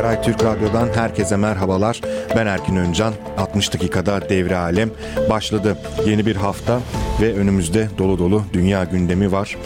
Akaray Türk Radyo'dan herkese merhabalar. Ben Erkin Öncan. 60 dakikada Devre Alem başladı. Yeni bir hafta ve önümüzde dolu dolu dünya gündemi var.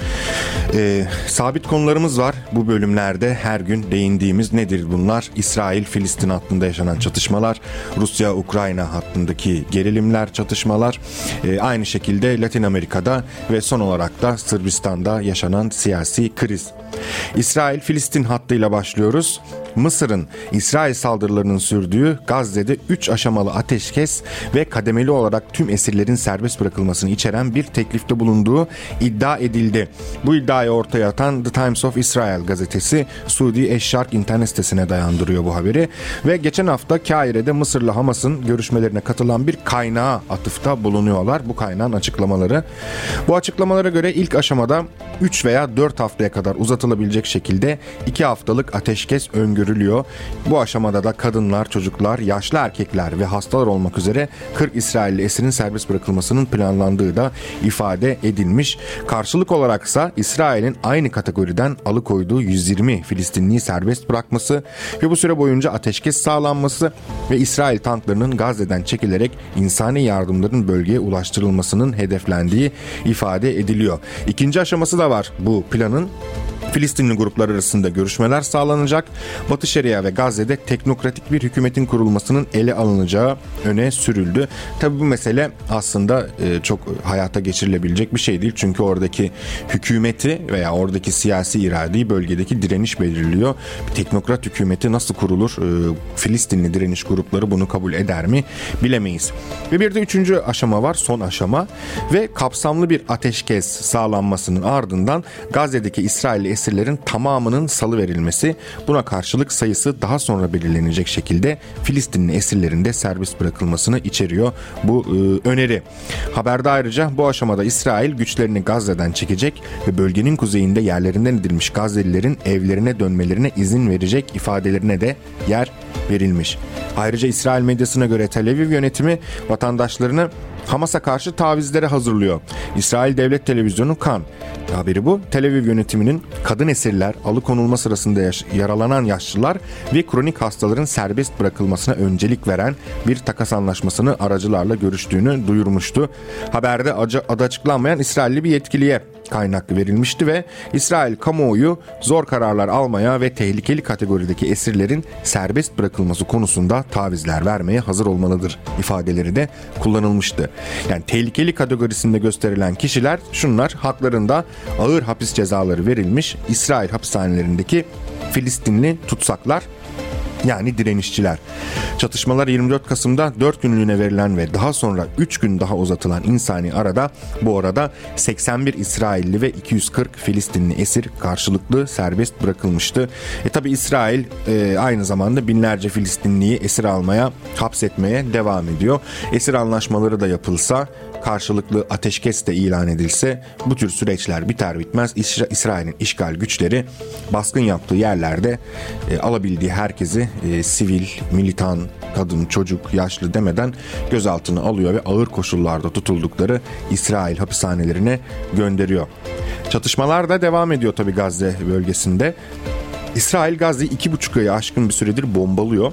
Sabit konularımız var bu bölümlerde her gün değindiğimiz. Nedir bunlar? İsrail-Filistin hattında yaşanan çatışmalar, Rusya-Ukrayna hattındaki gerilimler, çatışmalar, aynı şekilde Latin Amerika'da ve son olarak da Sırbistan'da yaşanan siyasi kriz. İsrail-Filistin hattıyla başlıyoruz. Mısır'ın İsrail saldırılarının sürdüğü Gazze'de 3 aşamalı ateşkes ve kademeli olarak tüm esirlerin serbest bırakılmasını içeren bir teklifte bulunduğu iddia edildi. Bu iddiayı ortaya atan The Times of Israel gazetesi Suudi Eşşark internet sitesine dayandırıyor bu haberi ve geçen hafta Kahire'de Mısır'la Hamas'ın görüşmelerine katılan bir kaynağa atıfta bulunuyorlar. Bu kaynağın açıklamaları. Bu açıklamalara göre ilk aşamada 3 veya 4 haftaya kadar uzatılabilecek şekilde 2 haftalık ateşkes öngörülüyor. Bu aşamada da kadınlar, çocuklar, yaşlı erkekler ve hastalar olmak üzere 40 İsrailli esirin serbest bırakılmasının planlandığı da ifade edilmiş. Karşılık olaraksa İsrail'in aynı kategoriden alıkoyduğu 120 Filistinliyi serbest bırakması ve bu süre boyunca ateşkes sağlanması ve İsrail tanklarının Gazze'den çekilerek insani yardımların bölgeye ulaştırılmasının hedeflendiği ifade ediliyor. İkinci aşaması da var bu planın. Filistinli gruplar arasında görüşmeler sağlanacak. Batı Şeria ve Gazze'de teknokratik bir hükümetin kurulmasının ele alınacağı öne sürüldü. Tabii bu mesele aslında çok hayata geçirilebilecek bir şey değil. Çünkü oradaki hükümeti veya oradaki siyasi iradeyi bölgedeki direniş belirliyor. Bir teknokrat hükümeti nasıl kurulur? Filistinli direniş grupları bunu kabul eder mi? Bilemeyiz. Ve bir de üçüncü aşama var, son aşama ve kapsamlı bir ateşkes sağlanmasının ardından Gazze'deki İsrailli esirlerin tamamının salıverilmesi, buna karşılık sayısı daha sonra belirlenecek şekilde Filistinli esirlerin de serbest bırakılmasını içeriyor bu öneri. Haberde ayrıca bu aşamada İsrail güçlerini Gazze'den çekecek ve bölgenin kuzeyinde yerlerinden edilmiş Gazze'lilerin evlerine dönmelerine izin verecek ifadelerine de yer verilmiş. Ayrıca İsrail medyasına göre Tel Aviv yönetimi vatandaşlarını Hamas'a karşı tavizlere hazırlıyor. İsrail Devlet Televizyonu Kan haberi bu. Tel Aviv yönetiminin kadın esirler, alıkonulma sırasında yaralanan yaşlılar ve kronik hastaların serbest bırakılmasına öncelik veren bir takas anlaşmasını aracılarla görüştüğünü duyurmuştu. Haberde adı açıklanmayan İsrailli bir yetkiliye kaynak verilmişti ve İsrail kamuoyu zor kararlar almaya ve tehlikeli kategorideki esirlerin serbest bırakılması konusunda tavizler vermeye hazır olmalıdır ifadeleri de kullanılmıştı. Yani tehlikeli kategorisinde gösterilen kişiler şunlar: haklarında ağır hapis cezaları verilmiş İsrail hapishanelerindeki Filistinli tutsaklar, yani direnişçiler. Çatışmalar 24 Kasım'da 4 günlüğüne verilen ve daha sonra 3 gün daha uzatılan insani arada bu arada 81 İsrailli ve 240 Filistinli esir karşılıklı serbest bırakılmıştı. Tabi İsrail aynı zamanda binlerce Filistinliyi esir almaya, hapsetmeye devam ediyor. Esir anlaşmaları da yapılsa, karşılıklı ateşkes de ilan edilse bu tür süreçler biter bitmez İsrail'in işgal güçleri baskın yaptığı yerlerde alabildiği herkesi sivil, militan, kadın, çocuk, yaşlı demeden gözaltına alıyor ve ağır koşullarda tutuldukları İsrail hapishanelerine gönderiyor. Çatışmalar da devam ediyor tabii Gazze bölgesinde. İsrail Gazze'yi 2,5 aya aşkın bir süredir bombalıyor.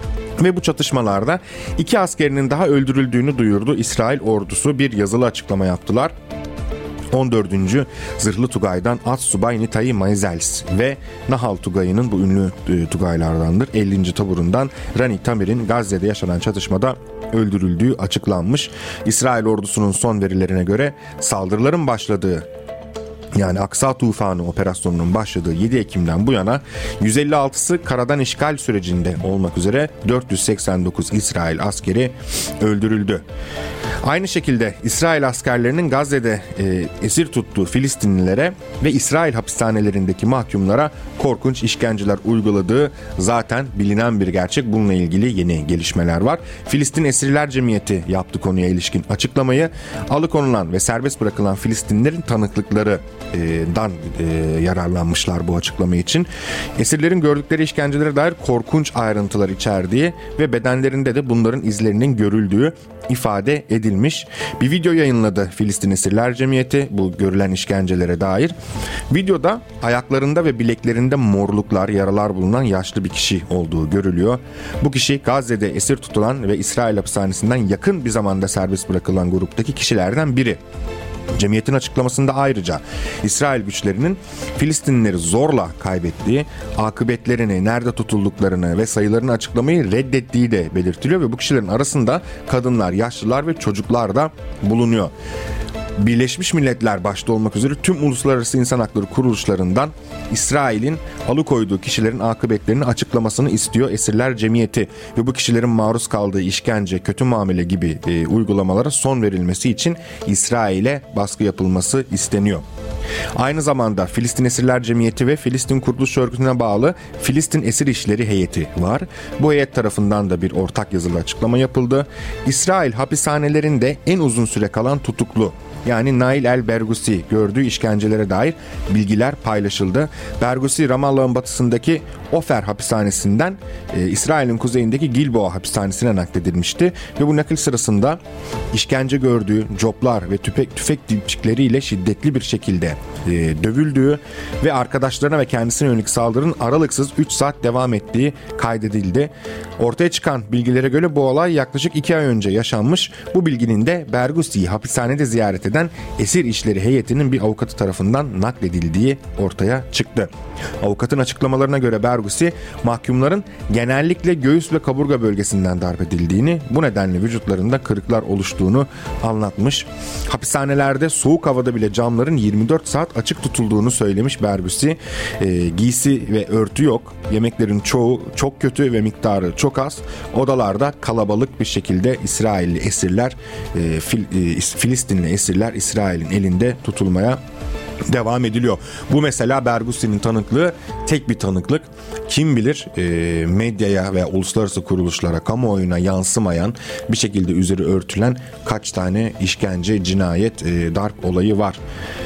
Ve bu çatışmalarda 2 askerinin daha öldürüldüğünü duyurdu. İsrail ordusu bir yazılı açıklama yaptılar. 14. Zırhlı Tugay'dan Atsubay Nitayi Maizels ve Nahal Tugayı'nın, bu ünlü Tugaylardandır, 50. taburundan Rani Tamir'in Gazze'de yaşanan çatışmada öldürüldüğü açıklanmış. İsrail ordusunun son verilerine göre saldırıların başladığı, yani Aksa Tufanı operasyonunun başladığı 7 Ekim'den bu yana 156'sı karadan işgal sürecinde olmak üzere 489 İsrail askeri öldürüldü. Aynı şekilde İsrail askerlerinin Gazze'de esir tuttuğu Filistinlilere ve İsrail hapishanelerindeki mahkumlara korkunç işkenceler uyguladığı zaten bilinen bir gerçek. Bununla ilgili yeni gelişmeler var. Filistin Esirler Cemiyeti yaptı konuya ilişkin açıklamayı. Alıkonulan ve serbest bırakılan Filistinlilerin tanıklıkları yararlanmışlar bu açıklama için. Esirlerin gördükleri işkencelere dair korkunç ayrıntılar içerdiği ve bedenlerinde de bunların izlerinin görüldüğü ifade edilmiş. çekilmiş bir video yayınladı Filistin Esirler Cemiyeti bu görülen işkencelere dair. Videoda ayaklarında ve bileklerinde morluklar, yaralar bulunan yaşlı bir kişi olduğu görülüyor. Bu kişi Gazze'de esir tutulan ve İsrail hapishanesinden yakın bir zamanda serbest bırakılan gruptaki kişilerden biri. Cemiyetin açıklamasında ayrıca İsrail güçlerinin Filistinlileri zorla kaybettiği, akıbetlerini, nerede tutulduklarını ve sayılarını açıklamayı reddettiği de belirtiliyor ve bu kişilerin arasında kadınlar, yaşlılar ve çocuklar da bulunuyor. Birleşmiş Milletler başta olmak üzere tüm uluslararası insan hakları kuruluşlarından İsrail'in alıkoyduğu kişilerin akıbetlerini açıklamasını istiyor Esirler Cemiyeti ve bu kişilerin maruz kaldığı işkence, kötü muamele gibi uygulamalara son verilmesi için İsrail'e baskı yapılması isteniyor. Aynı zamanda Filistin Esirler Cemiyeti ve Filistin Kurtuluş Örgütü'ne bağlı Filistin Esir İşleri Heyeti var. Bu heyet tarafından da bir ortak yazılı açıklama yapıldı. İsrail hapishanelerinde en uzun süre kalan tutuklu, yani Nail el-Bergusi gördüğü işkencelere dair bilgiler paylaşıldı. Bergusi, Ramallah'ın batısındaki Ofer hapishanesinden İsrail'in kuzeyindeki Gilboa hapishanesine nakledilmişti ve bu nakil sırasında işkence gördüğü, coplar ve tüfek dipçikleriyle şiddetli bir şekilde dövüldüğü ve arkadaşlarına ve kendisine yönelik saldırının aralıksız 3 saat devam ettiği kaydedildi. Ortaya çıkan bilgilere göre bu olay yaklaşık 2 ay önce yaşanmış. Bu bilginin de Bergusi'yi hapishanede ziyaret eden Esir İşleri Heyeti'nin bir avukatı tarafından nakledildiği ortaya çıktı. Avukatın açıklamalarına göre Bergusi, mahkumların genellikle göğüs ve kaburga bölgesinden darp edildiğini, bu nedenle vücutlarında kırıklar oluştuğunu anlatmış. Hapishanelerde soğuk havada bile camların 24 saat açık tutulduğunu söylemiş Bergusi. Giysi ve örtü yok. Yemeklerin çoğu çok kötü ve miktarı çok az. Odalarda kalabalık bir şekilde İsrailli esirler, Filistinli esirler İsrail'in elinde tutulmaya devam ediliyor. Bu mesela Bergusi'nin tanıklığı tek bir tanıklık. Kim bilir medyaya ve uluslararası kuruluşlara, kamuoyuna yansımayan, bir şekilde üzeri örtülen kaç tane işkence, cinayet, darp olayı var.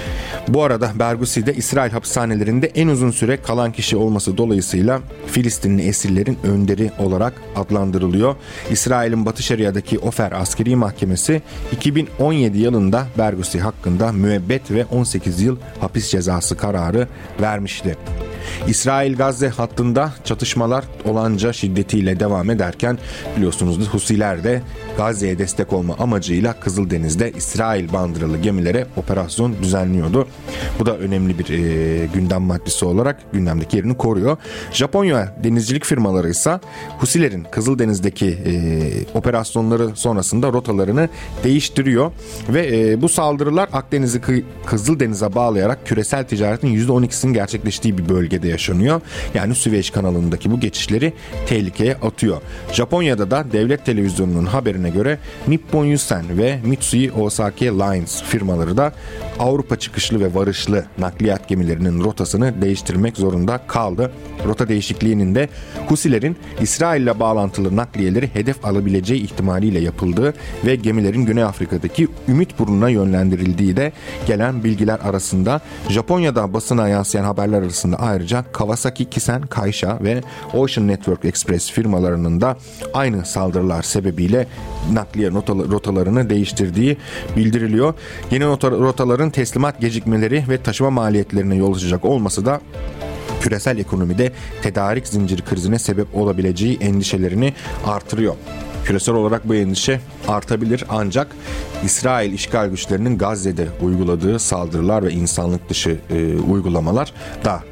Bu arada Bergusi de İsrail hapishanelerinde en uzun süre kalan kişi olması dolayısıyla Filistinli esirlerin önderi olarak adlandırılıyor. İsrail'in Batı Şeria'daki Ofer Askeri Mahkemesi 2017 yılında Bergusi hakkında müebbet ve 18 yıl hapis cezası kararı vermişti. İsrail-Gazze hattında çatışmalar olanca şiddetiyle devam ederken biliyorsunuz Husiler de Gazze'ye destek olma amacıyla Kızıldeniz'de İsrail bandıralı gemilere operasyon düzenliyordu. Bu da önemli bir gündem maddesi olarak gündemdeki yerini koruyor. Japonya denizcilik firmaları ise Husilerin Kızıldeniz'deki operasyonları sonrasında rotalarını değiştiriyor ve bu saldırılar Akdeniz'i Kızıldeniz'e bağlayarak küresel ticaretin %12'sinin gerçekleştiği bir bölgede yaşanıyor. Yani Süveyş kanalındaki bu geçişleri tehlikeye atıyor. Japonya'da da devlet televizyonunun haberine göre Nippon Yusen ve Mitsui Osake Lines firmaları da Avrupa çıkışlı ve varışlı nakliyat gemilerinin rotasını değiştirmek zorunda kaldı. Rota değişikliğinin de Husilerin İsrail'le bağlantılı nakliyeleri hedef alabileceği ihtimaliyle yapıldığı ve gemilerin Güney Afrika'daki Ümitburnu'na yönlendirildiği de gelen bilgiler arasında. Japonya'da basına yansıyan haberler arasında ayrıca Kawasaki Kisen Kaisha ve Ocean Network Express firmalarının da aynı saldırılar sebebiyle nakliye rotalarını değiştirdiği bildiriliyor. Yeni rotaların teslimat gecikmeleri ve taşıma maliyetlerine yol açacak olması da küresel ekonomide tedarik zinciri krizine sebep olabileceği endişelerini artırıyor. Küresel olarak bu endişe artabilir ancak İsrail işgal güçlerinin Gazze'de uyguladığı saldırılar ve insanlık dışı uygulamalar da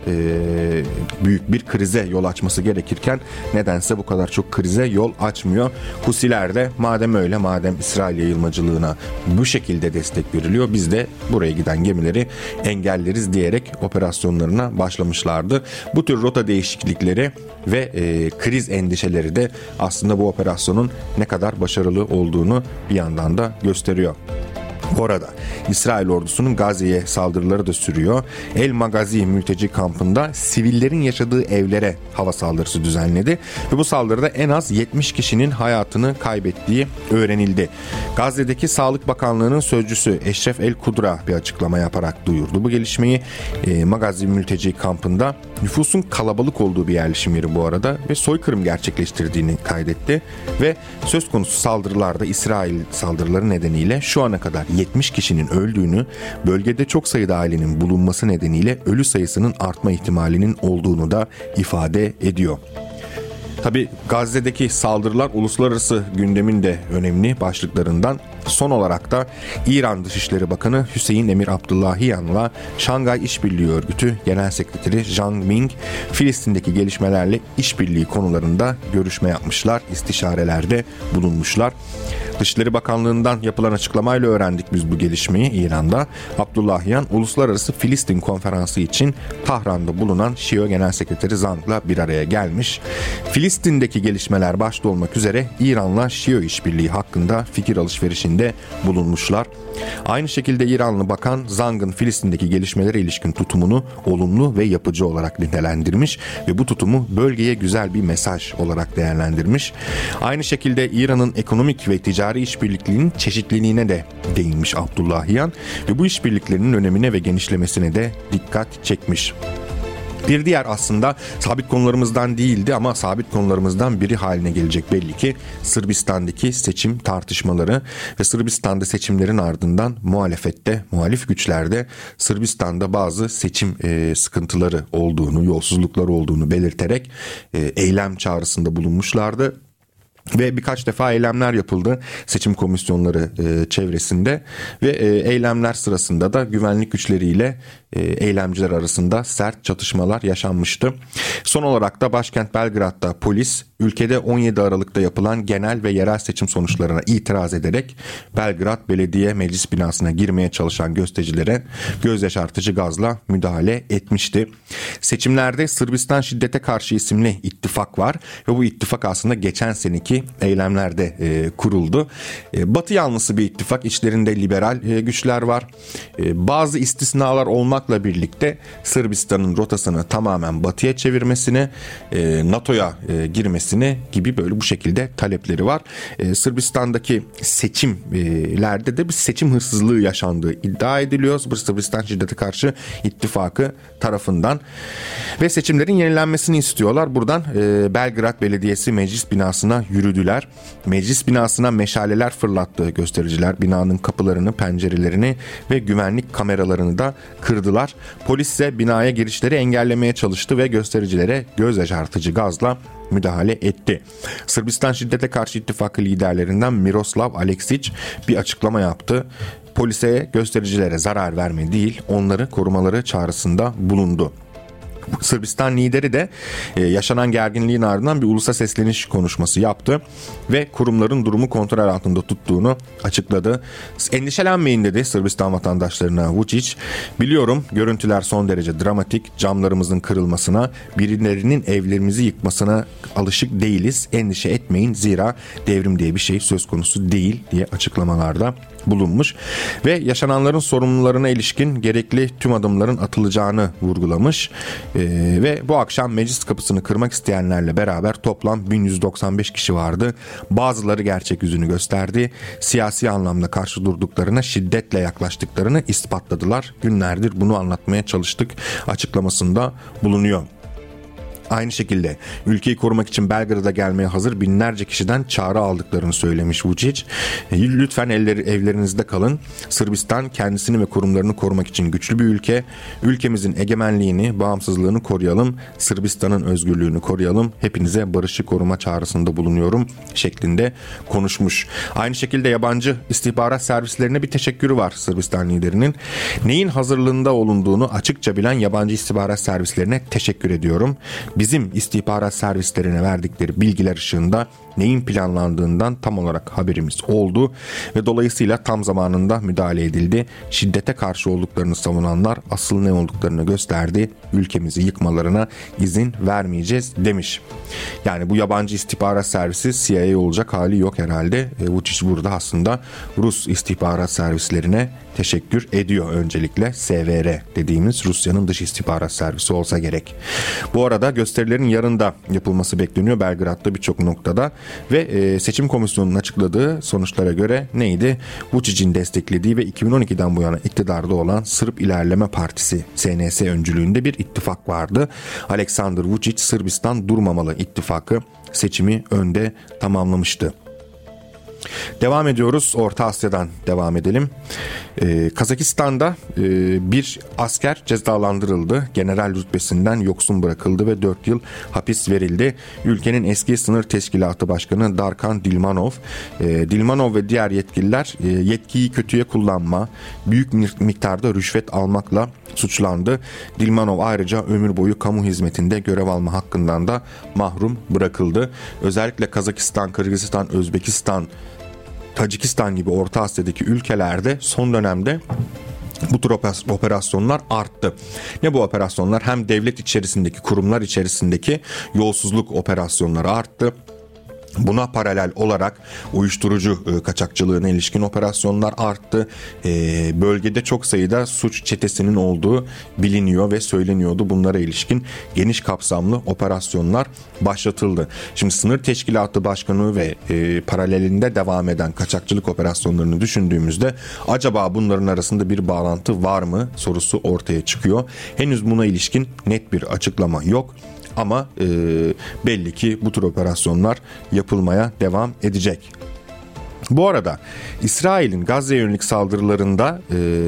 büyük bir krize yol açması gerekirken nedense bu kadar çok krize yol açmıyor. Husiler de madem İsrail yayılmacılığına bu şekilde destek veriliyor, biz de buraya giden gemileri engelleriz diyerek operasyonlarına başlamışlardı. Bu tür rota değişiklikleri ve kriz endişeleri de aslında bu operasyonun ne kadar başarılı olduğunu bir yandan da gösteriyor. Bu arada İsrail ordusunun Gazze'ye saldırıları da sürüyor. El Magazi mülteci kampında sivillerin yaşadığı evlere hava saldırısı düzenledi ve bu saldırıda en az 70 kişinin hayatını kaybettiği öğrenildi. Gazze'deki Sağlık Bakanlığı'nın sözcüsü Eşref El Kudra bir açıklama yaparak duyurdu bu gelişmeyi. Magazi mülteci kampında nüfusun kalabalık olduğu bir yerleşim yeri bu arada ve soykırım gerçekleştirdiğini kaydetti ve söz konusu saldırılarda İsrail saldırıları nedeniyle şu ana kadar 70 kişinin öldüğünü, bölgede çok sayıda ailenin bulunması nedeniyle ölü sayısının artma ihtimalinin olduğunu da ifade ediyor. Tabii Gazze'deki saldırılar uluslararası gündemin de önemli başlıklarından. Son olarak da İran Dışişleri Bakanı Hüseyin Emir Abdullahiyan'la Şangay İşbirliği Örgütü Genel Sekreteri Zhang Ming, Filistin'deki gelişmelerle işbirliği konularında görüşme yapmışlar, istişarelerde bulunmuşlar. Dışişleri Bakanlığı'ndan yapılan açıklamayla öğrendik biz bu gelişmeyi İran'da. Abdullahiyan, Uluslararası Filistin Konferansı için Tahran'da bulunan Şio Genel Sekreteri Zhang'la bir araya gelmiş. Filistin'deki gelişmeler başta olmak üzere İran'la Şio işbirliği hakkında fikir alışverişinde bulunmuşlar. Aynı şekilde İranlı bakan Zhang'ın Filistin'deki gelişmelere ilişkin tutumunu olumlu ve yapıcı olarak nitelendirmiş ve bu tutumu bölgeye güzel bir mesaj olarak değerlendirmiş. Aynı şekilde İran'ın ekonomik ve ticari işbirliklerinin çeşitliliğine de değinmiş Abdullahiyan ve bu işbirliklerinin önemine ve genişlemesine de dikkat çekmiş. Bir diğer aslında sabit konularımızdan değildi ama sabit konularımızdan biri haline gelecek belli ki Sırbistan'daki seçim tartışmaları ve Sırbistan'da seçimlerin ardından muhalif güçlerde Sırbistan'da bazı seçim sıkıntıları olduğunu, yolsuzluklar olduğunu belirterek eylem çağrısında bulunmuşlardı. Ve birkaç defa eylemler yapıldı seçim komisyonları çevresinde ve eylemler sırasında da güvenlik güçleriyle eylemciler arasında sert çatışmalar yaşanmıştı. Son olarak da başkent Belgrad'da polis ülkede 17 Aralık'ta yapılan genel ve yerel seçim sonuçlarına itiraz ederek Belgrad Belediye Meclis binasına girmeye çalışan göstericilere göz yaşartıcı gazla müdahale etmişti. Seçimlerde Sırbistan Şiddete Karşı isimli ittifak var ve bu ittifak aslında geçen seneki eylemlerde kuruldu. Batı yanlısı bir ittifak, içlerinde liberal güçler var. Bazı istisnalar olmakla birlikte Sırbistan'ın rotasını tamamen batıya çevirmesini, NATO'ya girmesini gibi böyle bu şekilde talepleri var. Sırbistan'daki seçimlerde de bir seçim hırsızlığı yaşandığı iddia ediliyor. Sırbistan Şiddete Karşı ittifakı tarafından ve seçimlerin yenilenmesini istiyorlar. Buradan Belgrad Belediyesi meclis binasına yürüdüler. Meclis binasına meşaleler fırlattı göstericiler. Binanın kapılarını, pencerelerini ve güvenlik kameralarını da kırdılar. Polis ise binaya girişleri engellemeye çalıştı ve göstericilere göz yaşartıcı gazla müdahale etti. Sırbistan Şiddete Karşı ittifakı liderlerinden Miroslav Aleksić bir açıklama yaptı. Polise göstericilere zarar verme değil, onları korumaları çağrısında bulundu. Sırbistan lideri de yaşanan gerginliğin ardından bir ulusa sesleniş konuşması yaptı ve kurumların durumu kontrol altında tuttuğunu açıkladı. Endişelenmeyin dedi Sırbistan vatandaşlarına Vučić. Biliyorum görüntüler son derece dramatik, camlarımızın kırılmasına, birilerinin evlerimizi yıkmasına alışık değiliz. Endişe etmeyin zira devrim diye bir şey söz konusu değil diye açıklamalarda bulunmuş ve yaşananların sorumlularına ilişkin gerekli tüm adımların atılacağını vurgulamış ve bu akşam meclis kapısını kırmak isteyenlerle beraber toplam 1195 kişi vardı. Bazıları gerçek yüzünü gösterdi. Siyasi anlamda karşı durduklarına, şiddetle yaklaştıklarını ispatladılar. Günlerdir bunu anlatmaya çalıştık açıklamasında bulunuyor. Aynı şekilde ülkeyi korumak için Belgrad'a gelmeye hazır binlerce kişiden çağrı aldıklarını söylemiş Vučić. Lütfen evlerinizde kalın. Sırbistan kendisini ve kurumlarını korumak için güçlü bir ülke. Ülkemizin egemenliğini, bağımsızlığını koruyalım. Sırbistan'ın özgürlüğünü koruyalım. Hepinize barışı koruma çağrısında bulunuyorum şeklinde konuşmuş. Aynı şekilde yabancı istihbarat servislerine bir teşekkürü var Sırbistan liderinin. Neyin hazırlığında olunduğunu açıkça bilen yabancı istihbarat servislerine teşekkür ediyorum. bizim istihbarat servislerine verdikleri bilgiler ışığında neyin planlandığından tam olarak haberimiz oldu ve dolayısıyla tam zamanında müdahale edildi. Şiddete karşı olduklarını savunanlar asıl ne olduklarını gösterdi. Ülkemizi yıkmalarına izin vermeyeceğiz demiş. Yani bu yabancı istihbarat servisi CIA olacak hali yok herhalde. Vučić burada aslında Rus istihbarat servislerine teşekkür ediyor öncelikle. SVR dediğimiz Rusya'nın dış istihbarat servisi olsa gerek. Bu arada gösterilerin yarın da yapılması bekleniyor Belgrad'da birçok noktada ve seçim komisyonunun açıkladığı sonuçlara göre neydi? Vučić'in desteklediği ve 2012'den bu yana iktidarda olan Sırp İlerleme Partisi SNS öncülüğünde bir ittifak vardı. Aleksandar Vučić Sırbistan Durmamalı ittifakı seçimi önde tamamlamıştı. Devam ediyoruz. Orta Asya'dan devam edelim. Kazakistan'da bir asker cezalandırıldı. General rütbesinden yoksun bırakıldı ve 4 yıl hapis verildi. Ülkenin eski sınır teşkilatı başkanı Darkan Dilmanov. Dilmanov ve diğer yetkililer yetkiyi kötüye kullanma, büyük miktarda rüşvet almakla suçlandı. Dilmanov ayrıca ömür boyu kamu hizmetinde görev alma hakkından da mahrum bırakıldı. Özellikle Kazakistan, Kırgızistan, Özbekistan, Tacikistan gibi Orta Asya'daki ülkelerde son dönemde bu tür operasyonlar arttı. Ne bu operasyonlar? Hem devlet içerisindeki, kurumlar içerisindeki yolsuzluk operasyonları arttı. Buna paralel olarak uyuşturucu kaçakçılığına ilişkin operasyonlar arttı. Bölgede çok sayıda suç çetesinin olduğu biliniyor ve söyleniyordu. Bunlara ilişkin geniş kapsamlı operasyonlar başlatıldı. Şimdi sınır teşkilatı başkanı ve paralelinde devam eden kaçakçılık operasyonlarını düşündüğümüzde acaba bunların arasında bir bağlantı var mı sorusu ortaya çıkıyor. Henüz buna ilişkin net bir açıklama yok. Ama belli ki bu tür operasyonlar yapılmaya devam edecek. Bu arada İsrail'in Gazze'ye yönelik saldırılarında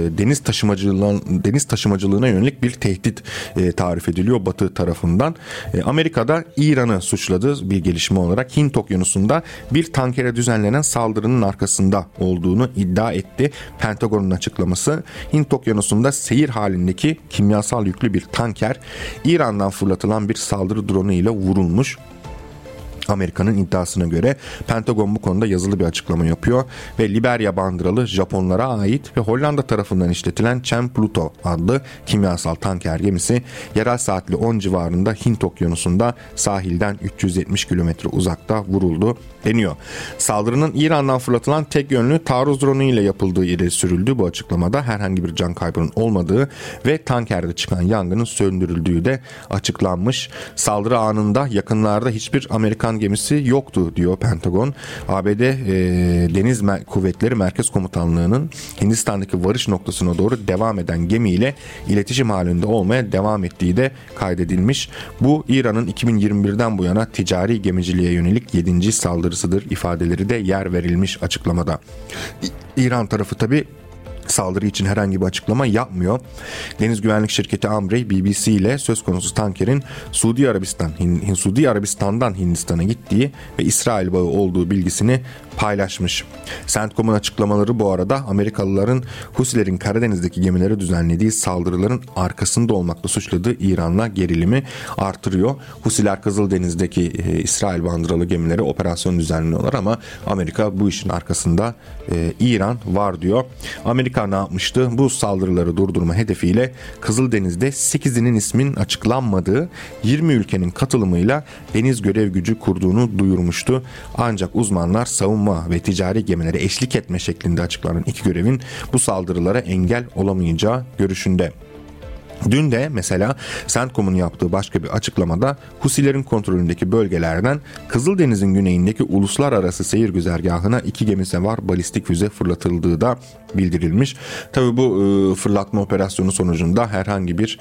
deniz taşımacılığına yönelik bir tehdit tarif ediliyor Batı tarafından. Amerika'da İran'ı suçladığı bir gelişme olarak Hint Okyanusu'nda bir tankere düzenlenen saldırının arkasında olduğunu iddia etti. Pentagon'un açıklaması, Hint Okyanusu'nda seyir halindeki kimyasal yüklü bir tanker İran'dan fırlatılan bir saldırı dronu ile vurulmuş. Amerika'nın iddiasına göre Pentagon bu konuda yazılı bir açıklama yapıyor ve Liberya bandıralı Japonlara ait ve Hollanda tarafından işletilen Chem Pluto adlı kimyasal tanker gemisi yerel saatli 10 civarında Hint Okyanusu'nda sahilden 370 kilometre uzakta vuruldu deniyor. Saldırının İran'dan fırlatılan tek yönlü taarruz dronu ile yapıldığı ileri sürüldü. Bu açıklamada herhangi bir can kaybının olmadığı ve tankerde çıkan yangının söndürüldüğü de açıklanmış. Saldırı anında yakınlarda hiçbir Amerikan gemisi yoktu diyor Pentagon. ABD Deniz Kuvvetleri Merkez Komutanlığı'nın Hindistan'daki varış noktasına doğru devam eden gemiyle iletişim halinde olmaya devam ettiği de kaydedilmiş. Bu İran'ın 2021'den bu yana ticari gemiciliğe yönelik 7. saldırısıdır ifadeleri de yer verilmiş açıklamada. İran tarafı tabii saldırı için herhangi bir açıklama yapmıyor. Deniz güvenlik şirketi Ambrey BBC ile söz konusu tankerin Suudi Arabistan'dan Hindistan'a gittiği ve İsrail bağı olduğu bilgisini paylaşmış. CENTCOM'un açıklamaları bu arada Amerikalıların Husilerin Karadeniz'deki gemilere düzenlediği saldırıların arkasında olmakla suçladığı İran'la gerilimi artırıyor. Husiler Kızıldeniz'deki İsrail bandıralı gemilere operasyon düzenliyorlar ama Amerika bu işin arkasında İran var diyor. Amerika ne yapmıştı? Bu saldırıları durdurma hedefiyle Kızıldeniz'de 8'inin ismin açıklanmadığı 20 ülkenin katılımıyla deniz görev gücü kurduğunu duyurmuştu. Ancak uzmanlar savunma ve ticari gemilere eşlik etme şeklinde açıklanan iki görevin bu saldırılara engel olamayacağı görüşünde. Dün de mesela CENTCOM'un yaptığı başka bir açıklamada Husilerin kontrolündeki bölgelerden Kızıldeniz'in güneyindeki uluslararası seyir güzergahına 2 gemisevar balistik füze fırlatıldığı da bildirilmiş. Tabii bu fırlatma operasyonu sonucunda herhangi bir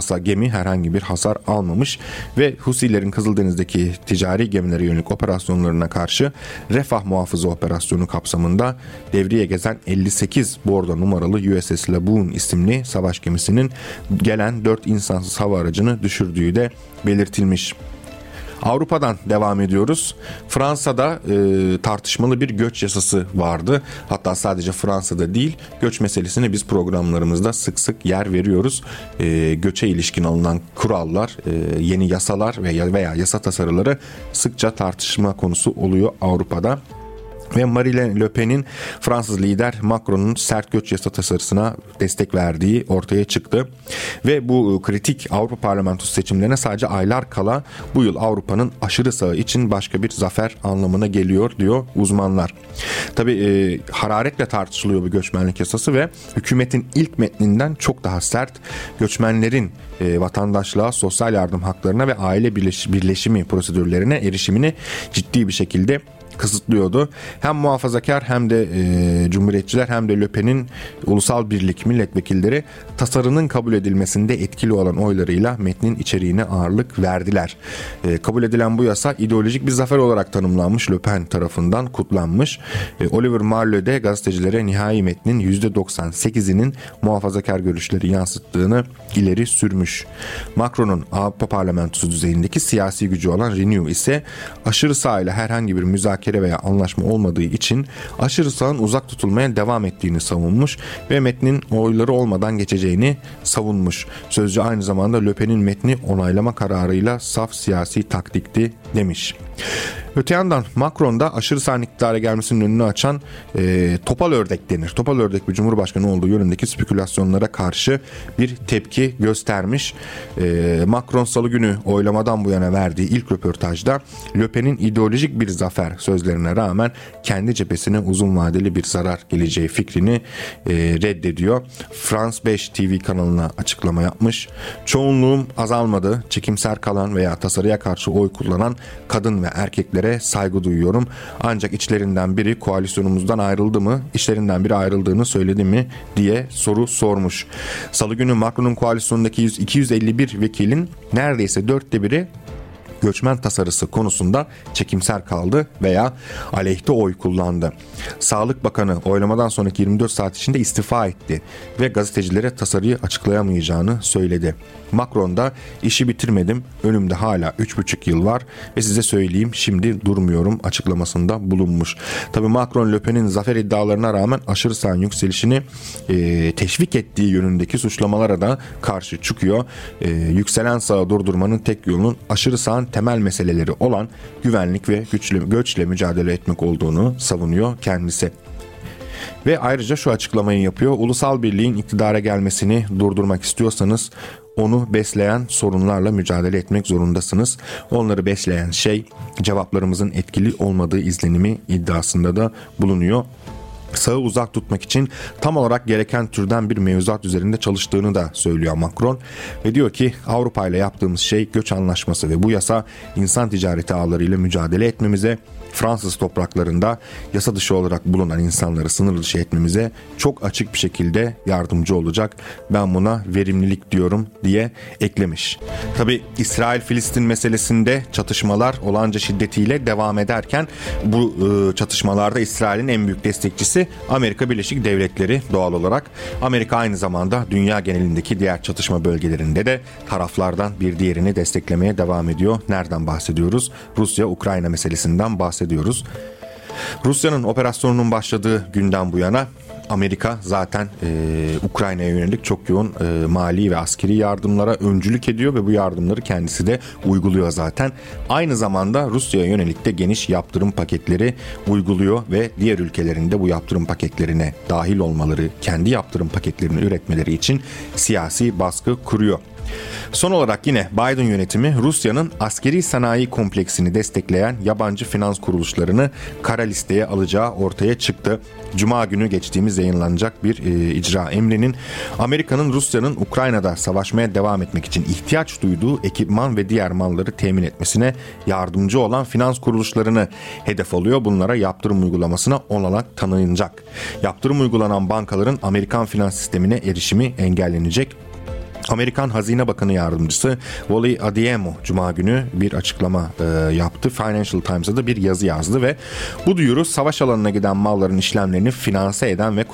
hasar almamış ve Husilerin Kızıldeniz'deki ticari gemilere yönelik operasyonlarına karşı Refah Muhafızı Operasyonu kapsamında devreye gezen 58 bordo numaralı USS Labuan isimli savaş gemisinin gelen 4 insansız hava aracını düşürdüğü de belirtilmiş. Avrupa'dan devam ediyoruz. Fransa'da tartışmalı bir göç yasası vardı. Hatta sadece Fransa'da değil, göç meselesine biz programlarımızda sık sık yer veriyoruz. Göçe ilişkin alınan kurallar, yeni yasalar veya yasa tasarıları sıkça tartışma konusu oluyor Avrupa'da. Ve Marine Le Pen'in Fransız lider Macron'un sert göç yasa tasarısına destek verdiği ortaya çıktı. Ve bu kritik Avrupa Parlamentosu seçimlerine sadece aylar kala bu yıl Avrupa'nın aşırı sağı için başka bir zafer anlamına geliyor diyor uzmanlar. Tabii hararetle tartışılıyor bu göçmenlik yasası ve hükümetin ilk metninden çok daha sert, göçmenlerin vatandaşlığa, sosyal yardım haklarına ve aile birleşimi prosedürlerine erişimini ciddi bir şekilde kısıtlıyordu. Hem muhafazakar hem de cumhuriyetçiler hem de Le Pen'in Ulusal Birlik milletvekilleri tasarının kabul edilmesinde etkili olan oylarıyla metnin içeriğine ağırlık verdiler. Kabul edilen bu yasa ideolojik bir zafer olarak tanımlanmış, Le Pen tarafından kutlanmış. Oliver Marleau de gazetecilere nihai metnin %98'inin muhafazakar görüşleri yansıttığını ileri sürmüş. Macron'un Avrupa Parlamentosu düzeyindeki siyasi gücü olan Renew ise aşırı sağ ile herhangi bir müzakere veya anlaşma olmadığı için aşırı sağın uzak tutulmaya devam ettiğini savunmuş ve metnin oyları olmadan geçeceğini savunmuş. Sözcü aynı zamanda Le Pen'in metni onaylama kararıyla saf siyasi taktikti demiş. Öte yandan Macron da aşırı sağın iktidara gelmesinin önünü açan topal ördek denir. Topal ördek bir cumhurbaşkanı olduğu yönündeki spekülasyonlara karşı bir tepki göstermiş. Macron salı günü oylamadan bu yana verdiği ilk röportajda Le Pen'in ideolojik bir zafer sözlerine rağmen kendi cephesine uzun vadeli bir zarar geleceği fikrini reddediyor. France 5 TV kanalına açıklama yapmış. Çoğunluğum azalmadı. Çekimser kalan veya tasarıya karşı oy kullanan kadın ve erkeklere saygı duyuyorum. Ancak içlerinden biri koalisyonumuzdan ayrıldı mı, içlerinden biri ayrıldığını söyledi mi diye soru sormuş. Salı günü Macron'un koalisyonundaki 251 vekilin neredeyse 1/4'ü göçmen tasarısı konusunda çekimser kaldı veya aleyhte oy kullandı. Sağlık Bakanı oylamadan sonraki 24 saat içinde istifa etti ve gazetecilere tasarıyı açıklayamayacağını söyledi. Macron da işi bitirmedim, önümde hala 3,5 yıl var ve size söyleyeyim şimdi durmuyorum açıklamasında bulunmuş. Tabii Macron Le Pen'in zafer iddialarına rağmen aşırı sağın yükselişini teşvik ettiği yönündeki suçlamalara da karşı çıkıyor. Yükselen sağı durdurmanın tek yolunun aşırı sağın temel meseleleri olan güvenlik ve göçle mücadele etmek olduğunu savunuyor kendisi. Ve ayrıca şu açıklamayı yapıyor. Ulusal birliğin iktidara gelmesini durdurmak istiyorsanız onu besleyen sorunlarla mücadele etmek zorundasınız. Onları besleyen şey cevaplarımızın etkili olmadığı izlenimi iddiasında da bulunuyor. Sağı uzak tutmak için tam olarak gereken türden bir mevzuat üzerinde çalıştığını da söylüyor Macron ve diyor ki Avrupa ile yaptığımız şey göç anlaşması ve bu yasa insan ticareti ağlarıyla mücadele etmemize, Fransız topraklarında yasa dışı olarak bulunan insanları sınır dışı etmemize çok açık bir şekilde yardımcı olacak. Ben buna verimlilik diyorum diye eklemiş. Tabii İsrail-Filistin meselesinde çatışmalar olağanca şiddetiyle devam ederken bu çatışmalarda İsrail'in en büyük destekçisi Amerika Birleşik Devletleri doğal olarak. Amerika aynı zamanda dünya genelindeki diğer çatışma bölgelerinde de taraflardan bir diğerini desteklemeye devam ediyor. Nereden bahsediyoruz? Rusya-Ukrayna meselesinden bahsediyoruz. Rusya'nın operasyonunun başladığı günden bu yana Amerika zaten Ukrayna'ya yönelik çok yoğun mali ve askeri yardımlara öncülük ediyor ve bu yardımları kendisi de uyguluyor zaten. Aynı zamanda Rusya'ya yönelik de geniş yaptırım paketleri uyguluyor ve diğer ülkelerin de bu yaptırım paketlerine dahil olmaları, kendi yaptırım paketlerini üretmeleri için siyasi baskı kuruyor. Son olarak yine Biden yönetimi Rusya'nın askeri sanayi kompleksini destekleyen yabancı finans kuruluşlarını kara listeye alacağı ortaya çıktı. Cuma günü geçtiğimiz yayınlanacak bir icra emrinin Amerika'nın Rusya'nın Ukrayna'da savaşmaya devam etmek için ihtiyaç duyduğu ekipman ve diğer malları temin etmesine yardımcı olan finans kuruluşlarını hedef alıyor. Bunlara yaptırım uygulamasına olanak tanınacak. Yaptırım uygulanan bankaların Amerikan finans sistemine erişimi engellenecek. Amerikan Hazine Bakanı Yardımcısı Wally Adeyemo Cuma günü bir açıklama yaptı. Financial Times'a da bir yazı yazdı ve bu duyuru savaş alanına giden malların işlemlerini finanse eden ve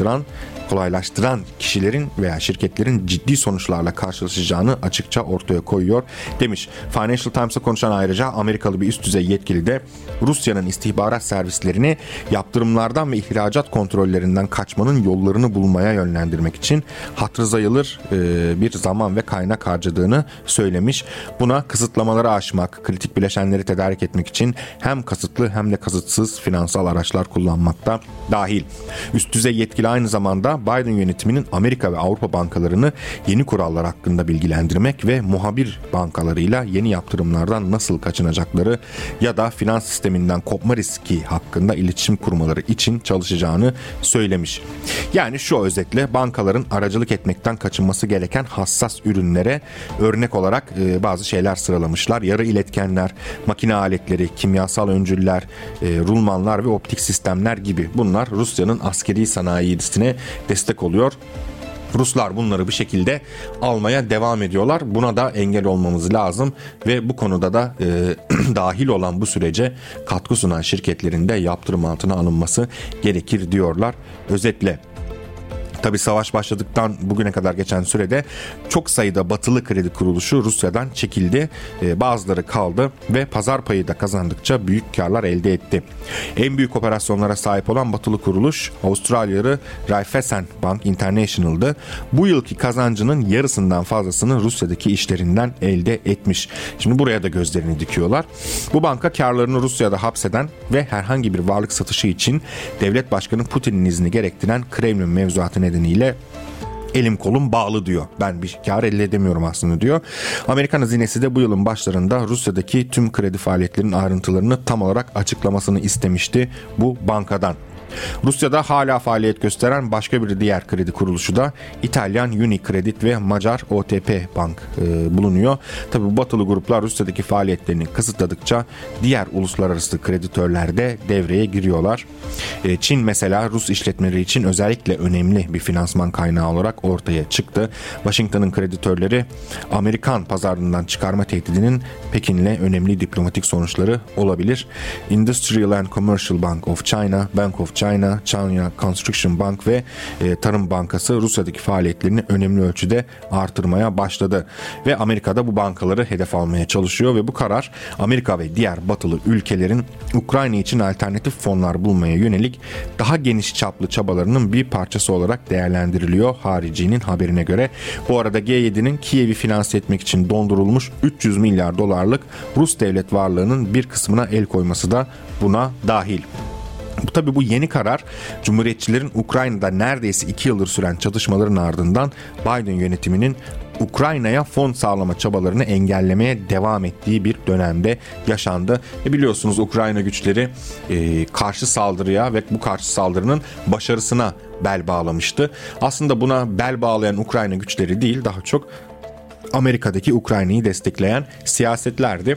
kolaylaştıran kişilerin veya şirketlerin ciddi sonuçlarla karşılaşacağını açıkça ortaya koyuyor demiş. Financial Times'a konuşan ayrıca Amerikalı bir üst düzey yetkili de Rusya'nın istihbarat servislerini yaptırımlardan ve ihracat kontrollerinden kaçmanın yollarını bulmaya yönlendirmek için hatırı sayılır bir zaman ve kaynak harcadığını söylemiş. Buna kısıtlamaları aşmak, kritik bileşenleri tedarik etmek için hem kasıtlı hem de kasıtsız finansal araçlar kullanmakta dahil. Üst düzey yetkili aynı zamanda Biden yönetiminin Amerika ve Avrupa bankalarını yeni kurallar hakkında bilgilendirmek ve muhabir bankalarıyla yeni yaptırımlardan nasıl kaçınacakları ya da finans sisteminden kopma riski hakkında iletişim kurmaları için çalışacağını söylemiş. Yani şu özetle bankaların aracılık etmekten kaçınması gereken hassas ürünlere örnek olarak bazı şeyler sıralamışlar. Yarı iletkenler, makine aletleri, kimyasal öncüller, rulmanlar ve optik sistemler gibi. Bunlar Rusya'nın askeri sanayisine destek oluyor. Ruslar bunları bir şekilde almaya devam ediyorlar. Buna da engel olmamız lazım ve bu konuda da dahil olan bu sürece katkı sunan şirketlerin de yaptırım altına alınması gerekir diyorlar. Özetle tabii savaş başladıktan bugüne kadar geçen sürede çok sayıda batılı kredi kuruluşu Rusya'dan çekildi. Bazıları kaldı ve pazar payı da kazandıkça büyük karlar elde etti. En büyük operasyonlara sahip olan batılı kuruluş Avustralyalı Raiffeisen Bank International'dı. Bu yılki kazancının yarısından fazlasını Rusya'daki işlerinden elde etmiş. Şimdi buraya da gözlerini dikiyorlar. Bu banka karlarını Rusya'da hapseden ve herhangi bir varlık satışı için devlet başkanı Putin'in izni gerektiren Kremlin mevzuatı nedeniyle elim kolum bağlı diyor. Ben bir kar elde edemiyorum aslında diyor. Amerikan hazinesi de bu yılın başlarında Rusya'daki tüm kredi faaliyetlerinin ayrıntılarını tam olarak açıklamasını istemişti bu bankadan. Rusya'da hala faaliyet gösteren başka bir diğer kredi kuruluşu da İtalyan Unicredit ve Macar OTP Bank bulunuyor. Tabii bu batılı gruplar Rusya'daki faaliyetlerini kısıtladıkça diğer uluslararası kreditörler de devreye giriyorlar. Çin mesela Rus işletmeleri için özellikle önemli bir finansman kaynağı olarak ortaya çıktı. Washington'ın kreditörleri Amerikan pazarından çıkarma tehdidinin Pekin'le önemli diplomatik sonuçları olabilir. Industrial and Commercial Bank of China, Bank of China, China Construction Bank ve Tarım Bankası Rusya'daki faaliyetlerini önemli ölçüde artırmaya başladı. Ve Amerika'da bu bankaları hedef almaya çalışıyor ve bu karar Amerika ve diğer batılı ülkelerin Ukrayna için alternatif fonlar bulmaya yönelik daha geniş çaplı çabalarının bir parçası olarak değerlendiriliyor haricinin haberine göre. Bu arada G7'nin Kiev'i finanse etmek için dondurulmuş 300 milyar dolarlık Rus devlet varlığının bir kısmına el koyması da buna dahil. Tabii bu yeni karar Cumhuriyetçilerin Ukrayna'da neredeyse 2 yıldır süren çatışmaların ardından Biden yönetiminin Ukrayna'ya fon sağlama çabalarını engellemeye devam ettiği bir dönemde yaşandı. Biliyorsunuz Ukrayna güçleri karşı saldırıya ve bu karşı saldırının başarısına bel bağlamıştı. Aslında buna bel bağlayan Ukrayna güçleri değil, daha çok Amerika'daki Ukrayna'yı destekleyen siyasetlerdi.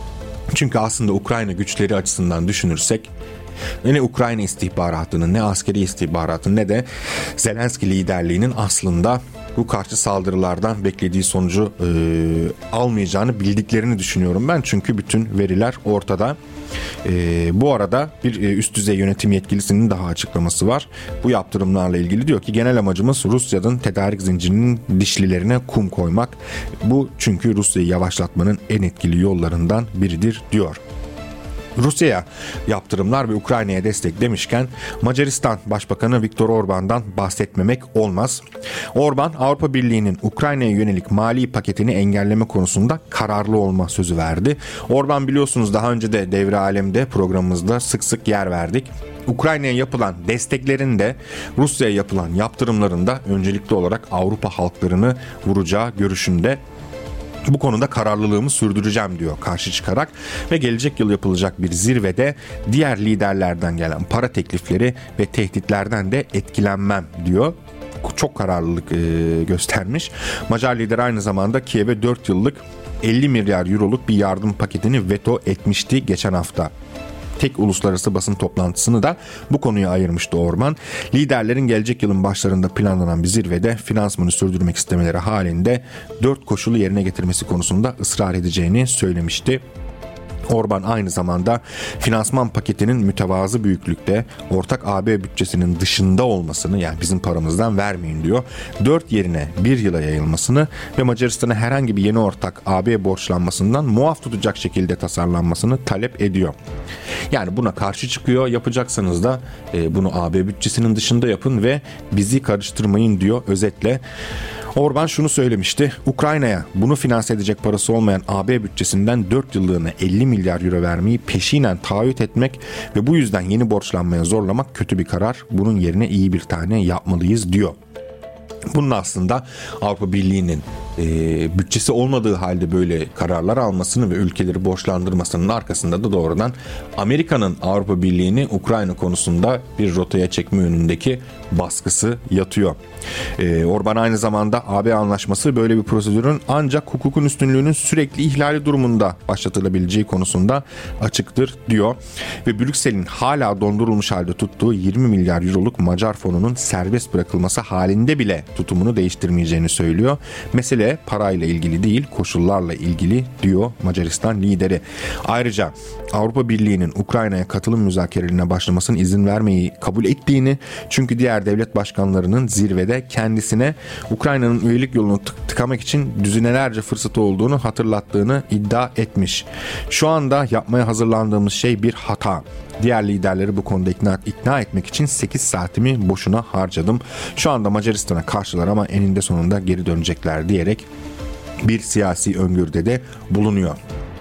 Çünkü aslında Ukrayna güçleri açısından düşünürsek ne Ukrayna istihbaratının, ne askeri istihbaratın, ne de Zelenski liderliğinin aslında bu karşı saldırılardan beklediği sonucu almayacağını bildiklerini düşünüyorum ben. Çünkü bütün veriler ortada. Bu arada bir üst düzey yönetim yetkilisinin daha açıklaması var. Bu yaptırımlarla ilgili diyor ki genel amacımız Rusya'nın tedarik zincirinin dişlilerine kum koymak. Bu çünkü Rusya'yı yavaşlatmanın en etkili yollarından biridir diyor. Rusya'ya yaptırımlar ve Ukrayna'ya destek demişken Macaristan Başbakanı Viktor Orban'dan bahsetmemek olmaz. Orban, Avrupa Birliği'nin Ukrayna'ya yönelik mali paketini engelleme konusunda kararlı olma sözü verdi. Orban biliyorsunuz daha önce de Devre Alem'de programımızda sık sık yer verdik. Ukrayna'ya yapılan desteklerin de Rusya'ya yapılan yaptırımların da öncelikli olarak Avrupa halklarını vuracağı görüşünde. Bu konuda kararlılığımı sürdüreceğim diyor karşı çıkarak ve gelecek yıl yapılacak bir zirvede diğer liderlerden gelen para teklifleri ve tehditlerden de etkilenmem diyor. Çok kararlılık göstermiş. Macar lider aynı zamanda Kiev'e 4 yıllık 50 milyar euroluk bir yardım paketini veto etmişti geçen hafta. tek uluslararası basın toplantısını da bu konuya ayırmıştı Orban. Liderlerin gelecek yılın başlarında planlanan bir zirvede finansmanı sürdürmek istemeleri halinde 4 koşulu yerine getirmesi konusunda ısrar edeceğini söylemişti. Orban aynı zamanda finansman paketinin mütevazı büyüklükte ortak AB bütçesinin dışında olmasını, yani bizim paramızdan vermeyin diyor, 4 yerine 1 yıla yayılmasını ve Macaristan'a herhangi bir yeni ortak AB borçlanmasından muaf tutacak şekilde tasarlanmasını talep ediyor. Yani buna karşı çıkıyor. Yapacaksanız da bunu AB bütçesinin dışında yapın ve bizi karıştırmayın diyor özetle. Orban şunu söylemişti: Ukrayna'ya bunu finanse edecek parası olmayan AB bütçesinden 4 yıllığına 50 milyar euro vermeyi peşinen taahhüt etmek ve bu yüzden yeni borçlanmaya zorlamak kötü bir karar. Bunun yerine iyi bir tane yapmalıyız diyor. Bunun aslında Avrupa Birliği'nin bütçesi olmadığı halde böyle kararlar almasını ve ülkeleri borçlandırmasının arkasında da doğrudan Amerika'nın Avrupa Birliği'ni Ukrayna konusunda bir rotaya çekme yönündeki baskısı yatıyor. Orban aynı zamanda AB anlaşması böyle bir prosedürün ancak hukukun üstünlüğünün sürekli ihlali durumunda başlatılabileceği konusunda açıktır diyor. Ve Brüksel'in hala dondurulmuş halde tuttuğu 20 milyar euroluk Macar fonunun serbest bırakılması halinde bile tutumunu değiştirmeyeceğini söylüyor. Mesele parayla ilgili değil, koşullarla ilgili diyor Macaristan lideri. Ayrıca Avrupa Birliği'nin Ukrayna'ya katılım müzakerelerine başlamasına izin vermeyi kabul ettiğini, çünkü diğer devlet başkanlarının zirvede kendisine Ukrayna'nın üyelik yolunu tıkamak için düzinelerce fırsatı olduğunu hatırlattığını iddia etmiş. Şu anda yapmaya hazırlandığımız şey bir hata. Diğer liderleri bu konuda ikna etmek için 8 saatimi boşuna harcadım. Şu anda Macaristan'a karşılar ama eninde sonunda geri dönecekler diyerek bir siyasi öngörüde de bulunuyor.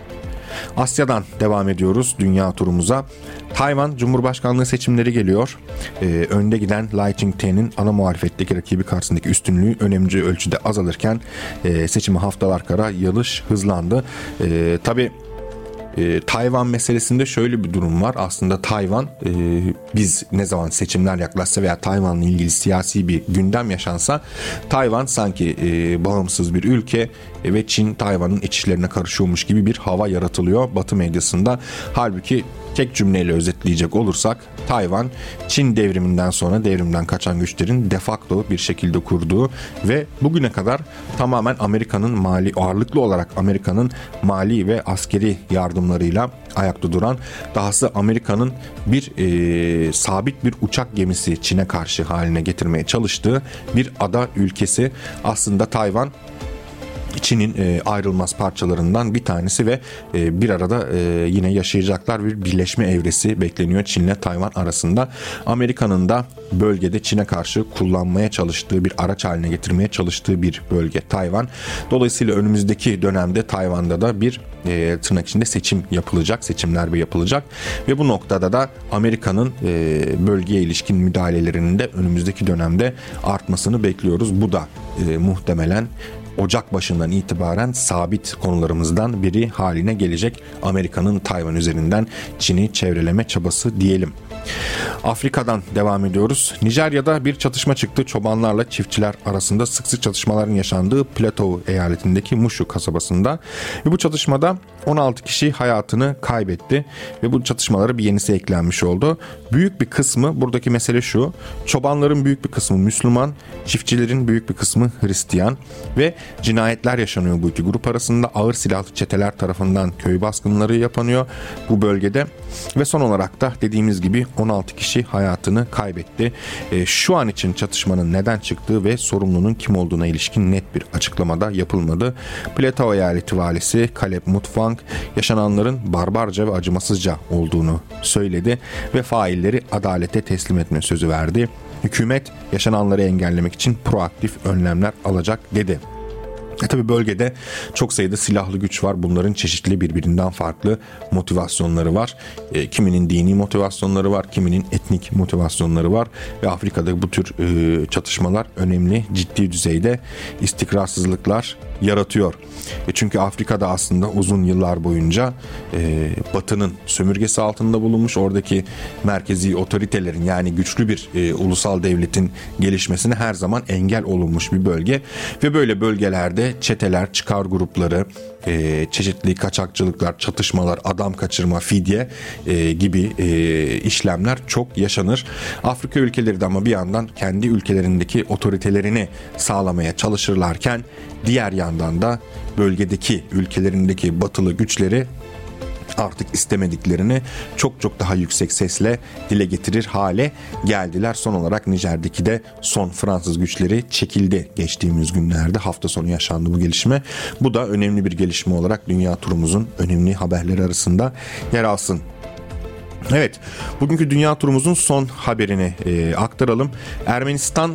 Asya'dan devam ediyoruz dünya turumuza. Tayvan Cumhurbaşkanlığı seçimleri geliyor. Önde giden Lai Ching-te'nin ana muhalefetteki rakibi karşısındaki üstünlüğü önemli ölçüde azalırken seçimi haftalar kala yağış hızlandı. Tabii Tayvan meselesinde şöyle bir durum var. Aslında Tayvan, biz ne zaman seçimler yaklaşsa veya Tayvan'la ilgili siyasi bir gündem yaşansa Tayvan sanki bağımsız bir ülke ve Çin Tayvan'ın iç işlerine karışıyormuş gibi bir hava yaratılıyor Batı medyasında. Halbuki tek cümleyle özetleyecek olursak Tayvan, Çin devriminden sonra devrimden kaçan güçlerin de facto bir şekilde kurduğu ve bugüne kadar tamamen Amerika'nın ağırlıklı olarak Amerika'nın mali ve askeri yardımlarıyla ayakta duran, dahası Amerika'nın bir sabit bir uçak gemisi Çin'e karşı haline getirmeye çalıştığı bir ada ülkesi. Aslında Tayvan Çin'in ayrılmaz parçalarından bir tanesi ve bir arada yine yaşayacaklar bir birleşme evresi bekleniyor Çin'le Tayvan arasında. Amerika'nın da bölgede Çin'e karşı kullanmaya çalıştığı, bir araç haline getirmeye çalıştığı bir bölge Tayvan. Dolayısıyla önümüzdeki dönemde Tayvan'da da bir tırnak içinde seçim yapılacak, seçimler yapılacak ve bu noktada da Amerika'nın bölgeye ilişkin müdahalelerinin de önümüzdeki dönemde artmasını bekliyoruz. Bu da muhtemelen Ocak başından itibaren sabit konularımızdan biri haline gelecek. Amerika'nın Tayvan üzerinden Çin'i çevreleme çabası diyelim. Afrika'dan devam ediyoruz. Nijerya'da bir çatışma çıktı. Çobanlarla çiftçiler arasında sık sık çatışmaların yaşandığı Plateau eyaletindeki Mushu kasabasında. Ve bu çatışmada 16 kişi hayatını kaybetti. Ve bu çatışmalara bir yenisi eklenmiş oldu. Büyük bir kısmı, buradaki mesele şu: çobanların büyük bir kısmı Müslüman, çiftçilerin büyük bir kısmı Hristiyan ve cinayetler yaşanıyor bu iki grup arasında. Ağır silahlı çeteler tarafından köy baskınları yapılıyor bu bölgede. Ve son olarak da dediğimiz gibi 16 kişi hayatını kaybetti. Şu an için çatışmanın neden çıktığı ve sorumlunun kim olduğuna ilişkin net bir açıklamada yapılmadı. Plateau eyaleti valisi Caleb Mutfwang yaşananların barbarca ve acımasızca olduğunu söyledi ve failleri adalete teslim etme sözü verdi. Hükümet yaşananları engellemek için proaktif önlemler alacak dedi. Tabii bölgede çok sayıda silahlı güç var. Bunların çeşitli, birbirinden farklı motivasyonları var. Kiminin dini motivasyonları var, kiminin etnik motivasyonları var ve Afrika'da bu tür çatışmalar önemli, ciddi düzeyde istikrarsızlıklar yaratıyor. Çünkü Afrika'da aslında uzun yıllar boyunca Batı'nın sömürgesi altında bulunmuş, oradaki merkezi otoritelerin, yani güçlü bir ulusal devletin gelişmesine her zaman engel olunmuş bir bölge ve böyle bölgelerde çeteler, çıkar grupları, çeşitli kaçakçılıklar, çatışmalar, adam kaçırma, fidye gibi işlemler çok yaşanır. Afrika ülkeleri de ama bir yandan kendi ülkelerindeki otoritelerini sağlamaya çalışırlarken diğer yandan da bölgedeki ülkelerindeki batılı güçleri artık istemediklerini çok çok daha yüksek sesle dile getirir hale geldiler. Son olarak Nijer'deki de son Fransız güçleri çekildi geçtiğimiz günlerde. Hafta sonu yaşandı bu gelişme. Bu da önemli bir gelişme olarak dünya turumuzun önemli haberleri arasında yer alsın. Evet, bugünkü dünya turumuzun son haberini aktaralım. Ermenistan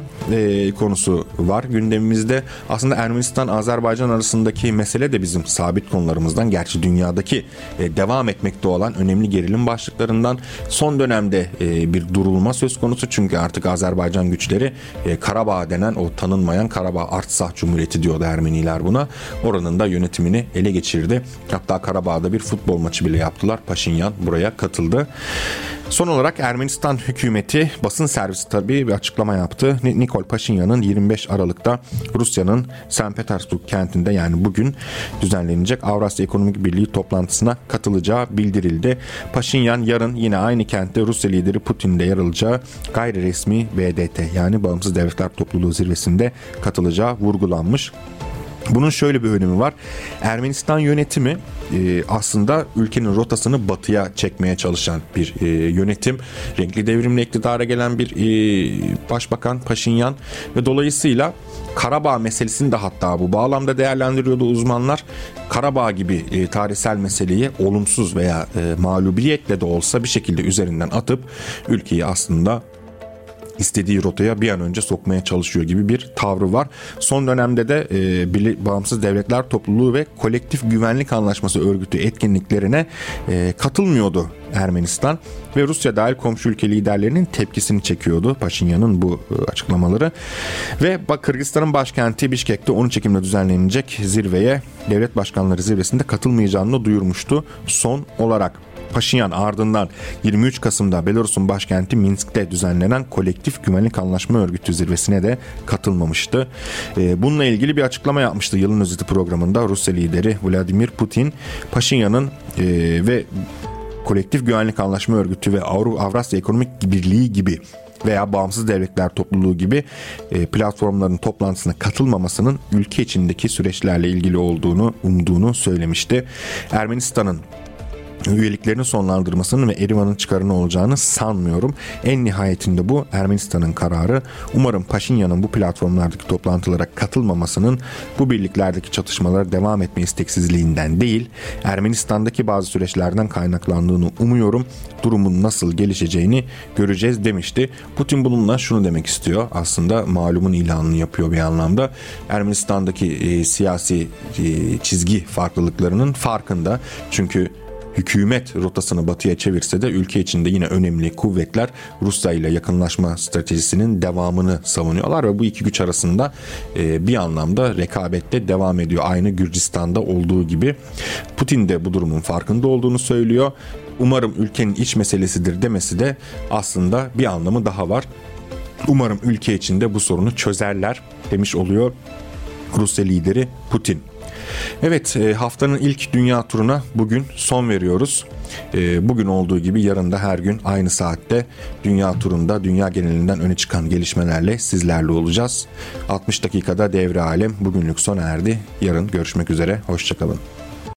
konusu var gündemimizde. Aslında Ermenistan-Azerbaycan arasındaki mesele de bizim sabit konularımızdan. Gerçi dünyadaki devam etmekte olan önemli gerilim başlıklarından. Son dönemde bir durulma söz konusu. Çünkü artık Azerbaycan güçleri Karabağ denen o tanınmayan Karabağ Artsakh Cumhuriyeti diyordu Ermeniler buna. Oranın da yönetimini ele geçirdi. Hatta Karabağ'da bir futbol maçı bile yaptılar. Paşinyan buraya katıldı. Son olarak Ermenistan hükümeti basın servisi tabii bir açıklama yaptı. Nikol Paşinyan'ın 25 Aralık'ta Rusya'nın St. Petersburg kentinde yani bugün düzenlenecek Avrasya Ekonomik Birliği toplantısına katılacağı bildirildi. Paşinyan yarın yine aynı kentte Rusya lideri Putin'de yer alacağı gayri resmi BDT yani Bağımsız Devletler Topluluğu zirvesinde katılacağı vurgulanmış. Bunun şöyle bir önemi var. Ermenistan yönetimi aslında ülkenin rotasını batıya çekmeye çalışan bir yönetim. Renkli devrimle iktidara gelen bir başbakan Paşinyan ve dolayısıyla Karabağ meselesini de hatta bu bağlamda değerlendiriyordu uzmanlar. Karabağ gibi tarihsel meseleyi olumsuz veya mağlubiyetle de olsa bir şekilde üzerinden atıp ülkeyi aslında istediği rotaya bir an önce sokmaya çalışıyor gibi bir tavrı var. Son dönemde de Bağımsız Devletler Topluluğu ve Kolektif Güvenlik Anlaşması örgütü etkinliklerine katılmıyordu Ermenistan ve Rusya dahil komşu ülke liderlerinin tepkisini çekiyordu Paşinyan'ın bu açıklamaları. Ve Kırgızistan'ın başkenti Bişkek'te 13 Ekim'de düzenlenecek zirveye devlet başkanları zirvesinde katılmayacağını duyurmuştu son olarak. Paşinyan ardından 23 Kasım'da Belarus'un başkenti Minsk'te düzenlenen Kolektif Güvenlik Anlaşma Örgütü zirvesine de katılmamıştı. Bununla ilgili bir açıklama yapmıştı yılın özeti programında Rusya lideri Vladimir Putin. Paşinyan'ın ve Kolektif Güvenlik Anlaşma Örgütü ve Avrasya Ekonomik Birliği gibi veya Bağımsız Devletler Topluluğu gibi platformların toplantısına katılmamasının ülke içindeki süreçlerle ilgili olduğunu umduğunu söylemişti. Ermenistan'ın üyeliklerini sonlandırmasının ve Erivan'ın çıkarını olacağını sanmıyorum. En nihayetinde bu Ermenistan'ın kararı. Umarım Paşinyan'ın bu platformlardaki toplantılara katılmamasının bu birliklerdeki çatışmalara devam etme isteksizliğinden değil, Ermenistan'daki bazı süreçlerden kaynaklandığını umuyorum. Durumun nasıl gelişeceğini göreceğiz demişti. Putin bununla şunu demek istiyor. Aslında malumun ilanını yapıyor bir anlamda. Ermenistan'daki siyasi çizgi farklılıklarının farkında. Çünkü hükümet rotasını batıya çevirse de ülke içinde yine önemli kuvvetler Rusya ile yakınlaşma stratejisinin devamını savunuyorlar ve bu iki güç arasında bir anlamda rekabette devam ediyor. Aynı Gürcistan'da olduğu gibi. Putin de bu durumun farkında olduğunu söylüyor. Umarım ülkenin iç meselesidir demesi de aslında bir anlamı daha var. Umarım ülke içinde bu sorunu çözerler demiş oluyor Rusya lideri Putin. Evet, haftanın ilk dünya turuna bugün son veriyoruz. Bugün olduğu gibi yarın da her gün aynı saatte dünya turunda dünya genelinden öne çıkan gelişmelerle sizlerle olacağız. 60 dakikada devre alem bugünlük sona erdi. Yarın görüşmek üzere, hoşça kalın.